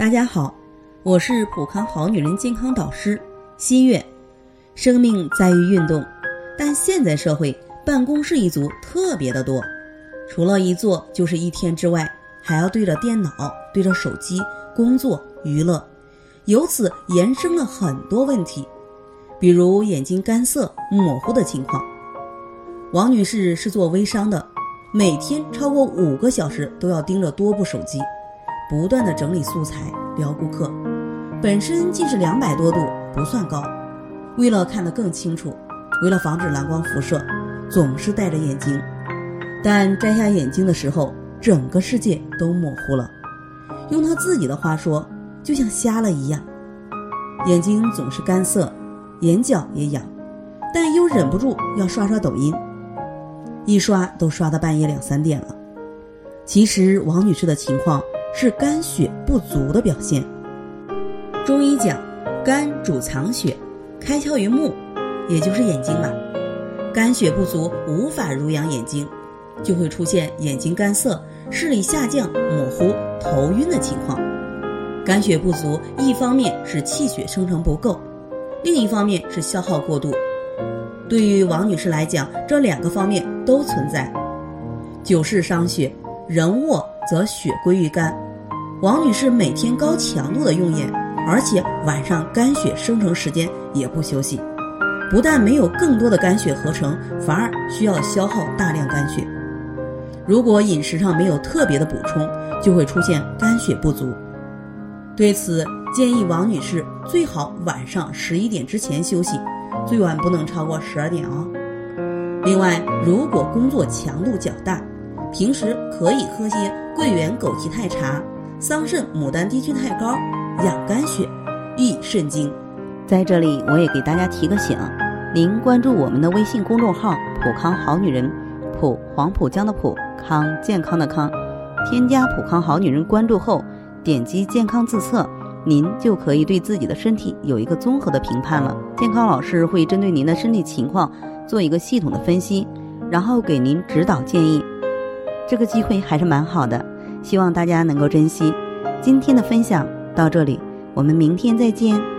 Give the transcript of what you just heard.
大家好，我是普康好女人健康导师新月。生命在于运动，但现在社会办公室一族特别的多，除了一坐就是一天之外，还要对着电脑、对着手机工作娱乐，由此延伸了很多问题，比如眼睛干涩、模糊的情况。王女士是做微商的，每天超过5个小时都要盯着多部手机，不断的整理素材撩顾客，本身近视200多度不算高，为了看得更清楚，为了防止蓝光辐射，总是戴着眼镜，但摘下眼镜的时候，整个世界都模糊了。用她自己的话说，就像瞎了一样，眼睛总是干涩，眼角也痒，但又忍不住要刷刷抖音，一刷都刷到半夜2、3点了。其实王女士的情况是肝血不足的表现。中医讲，肝主藏血，开窍于目，也就是眼睛嘛。肝血不足无法濡养眼睛，就会出现眼睛干涩、视力下降、模糊、头晕的情况。肝血不足一方面是气血生成不够，另一方面是消耗过度。对于王女士来讲，这2个方面都存在。久视伤血，人卧则血归于肝。王女士每天高强度的用眼，而且晚上肝血生成时间也不休息，不但没有更多的肝血合成，反而需要消耗大量肝血。如果饮食上没有特别的补充，就会出现肝血不足。对此，建议王女士最好晚上11点之前休息，最晚不能超过12点哦。另外，如果工作强度较大，平时可以喝些桂圆枸杞肽茶、桑葚牡丹低菌肽膏，养肝血，益肾精。 在这里我也给大家提个醒，您关注我们的微信公众号普康好女人，普黄浦江的普，康健康的康，添加普康好女人关注后，点击健康自测，您就可以对自己的身体有一个综合的评判了。健康老师会针对您的身体情况做一个系统的分析，然后给您指导建议。这个机会还是蛮好的，希望大家能够珍惜。今天的分享到这里，我们明天再见。